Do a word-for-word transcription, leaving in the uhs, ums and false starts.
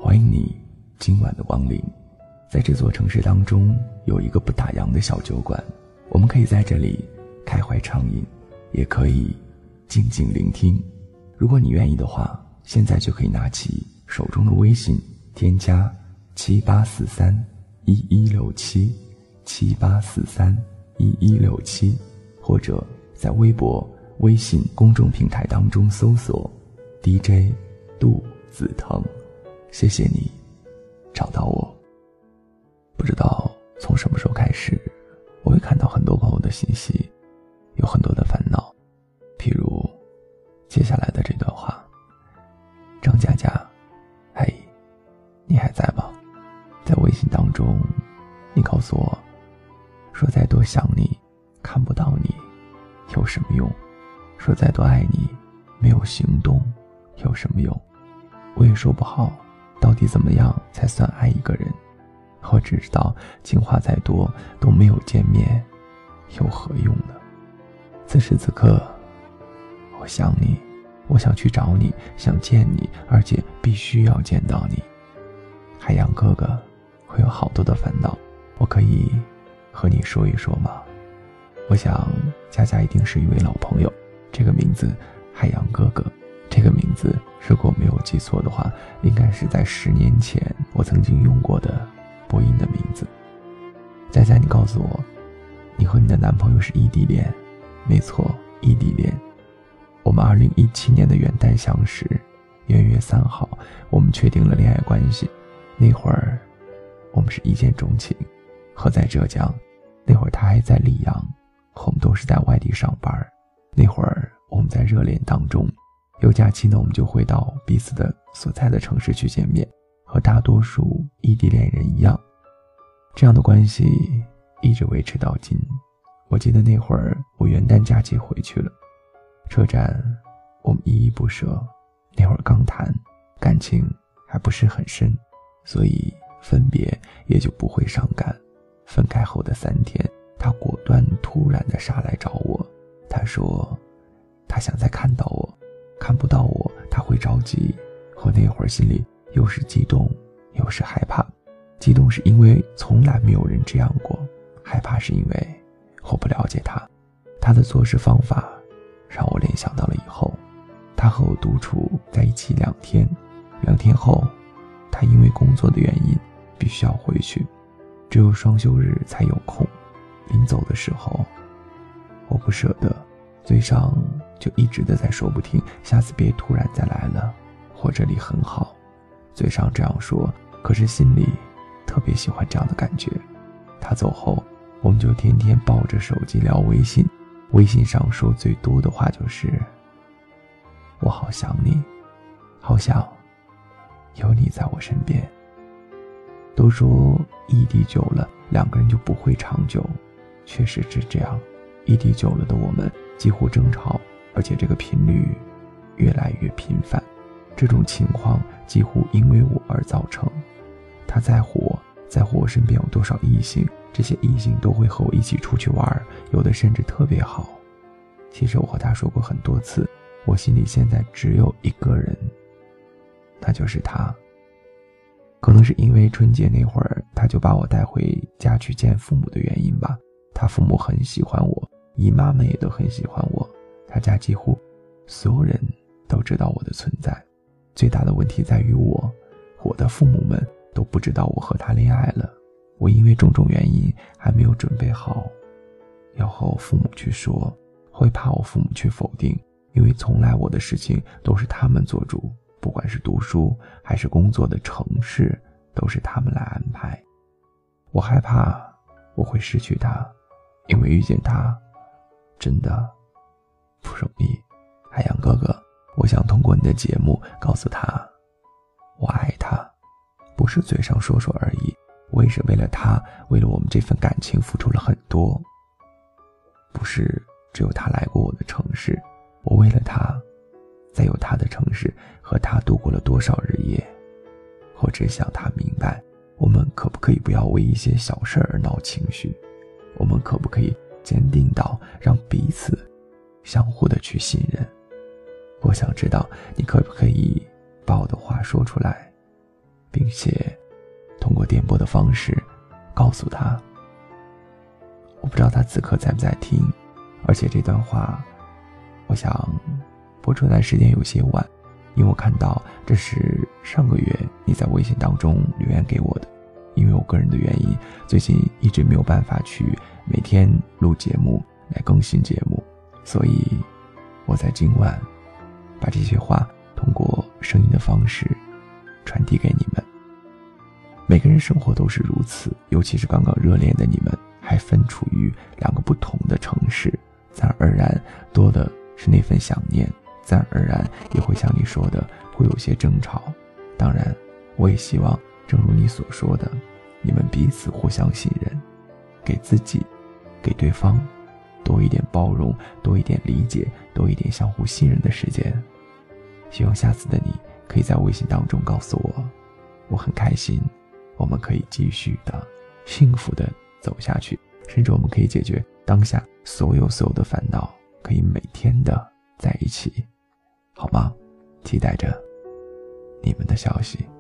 欢迎你今晚的光临。在这座城市当中，有一个不打烊的小酒馆，我们可以在这里开怀畅饮，也可以静静聆听。如果你愿意的话，现在就可以拿起手中的微信，添加七八四三一一六七七八四三一一六七，或者在微博、微信公众平台当中搜索 D J 杜子腾。谢谢你找到我。不知道从什么时候开始，我会看到很多朋友的信息，有很多的烦恼。譬如接下来的这段话：张佳佳，嘿，你还在吗？在微信当中，你告诉我，说再多想你，看不到你，有什么用？说再多爱你，没有行动，有什么用？我也说不好，到底怎么样才算爱一个人？我只知道，情话再多都没有见面，有何用呢？此时此刻，我想你，我想去找你，想见你，而且必须要见到你。海洋哥哥，我有好多的烦恼，我可以和你说一说吗？我想佳佳一定是一位老朋友，这个名字海洋哥哥，这个名字如果没有记错的话，应该是在十年前我曾经用过的播音的名字。佳佳，你告诉我，你和你的男朋友是异地恋？没错，异地恋。我们二零一七年的元旦相识，元月三号我们确定了恋爱关系。那会儿我们是一见钟情，和在浙江，那会儿他还在溧阳，我们都是在外地上班。那会儿我们在热恋当中，有假期呢，我们就会到彼此的所在的城市去见面，和大多数异地恋人一样。这样的关系一直维持到今。我记得那会儿我元旦假期回去了，车站我们依依不舍，那会儿刚谈，感情还不是很深，所以分别也就不会伤感。分开后的三天，他果断突然地杀来找我，他说他想再看到我，看不到我他会着急。我那会儿心里又是激动又是害怕，激动是因为从来没有人这样过，害怕是因为我不了解他，他的做事方法让我联想到了以后。他和我独处在一起两天，两天后他因为工作的原因必须要回去，只有双休日才有空。临走的时候我不舍得，嘴上就一直的在说不停，下次别突然再来了，我这里很好。嘴上这样说，可是心里特别喜欢这样的感觉。他走后，我们就天天抱着手机聊微信，微信上说最多的话就是我好想你，好想有你在我身边。都说异地久了两个人就不会长久，确实是这样。异地久了的我们几乎争吵，而且这个频率越来越频繁。这种情况几乎因为我而造成。他在乎我，在乎我身边有多少异性，这些异性都会和我一起出去玩，有的甚至特别好。其实我和他说过很多次，我心里现在只有一个人，那就是他。可能是因为春节那会儿他就把我带回家去见父母的原因吧，他父母很喜欢我，姨妈们也都很喜欢我，他家几乎所有人都知道我的存在。最大的问题在于我，我的父母们都不知道我和他恋爱了。我因为种种原因还没有准备好要和我父母去说，会怕我父母去否定，因为从来我的事情都是他们做主，不管是读书还是工作的城市都是他们来安排。我害怕我会失去他，因为遇见他真的不容易。海洋哥哥，我想通过你的节目告诉他，我爱他，不是嘴上说说而已，我也是为了他，为了我们这份感情付出了很多。不是只有他来过我的城市，我为了他在有他的城市和他度过了多少日夜。我只想他明白，我们可不可以不要为一些小事而闹情绪，我们可不可以坚定到让彼此相互的去信任。我想知道你可不可以把我的话说出来， 并且通过电波的方式告诉他。我不知道他此刻在不在听，而且这段话我想播出来的时间有些晚，因为我看到这是上个月你在微信当中留言给我的。因为我个人的原因，最近一直没有办法去每天录节目来更新节目，所以我在今晚把这些话通过声音的方式传递给你们。每个人生活都是如此，尤其是刚刚热恋的你们，还分处于两个不同的城市，自然而然多的是那份想念，自然而然也会像你说的会有些争吵。当然我也希望正如你所说的，你们彼此互相信任，给自己给对方多一点包容，多一点理解，多一点相互信任的时间。希望下次的你可以在微信当中告诉我，我很开心，我们可以继续的幸福的走下去，甚至我们可以解决当下所有所有的烦恼，可以每天的在一起，好吗？期待着你们的消息。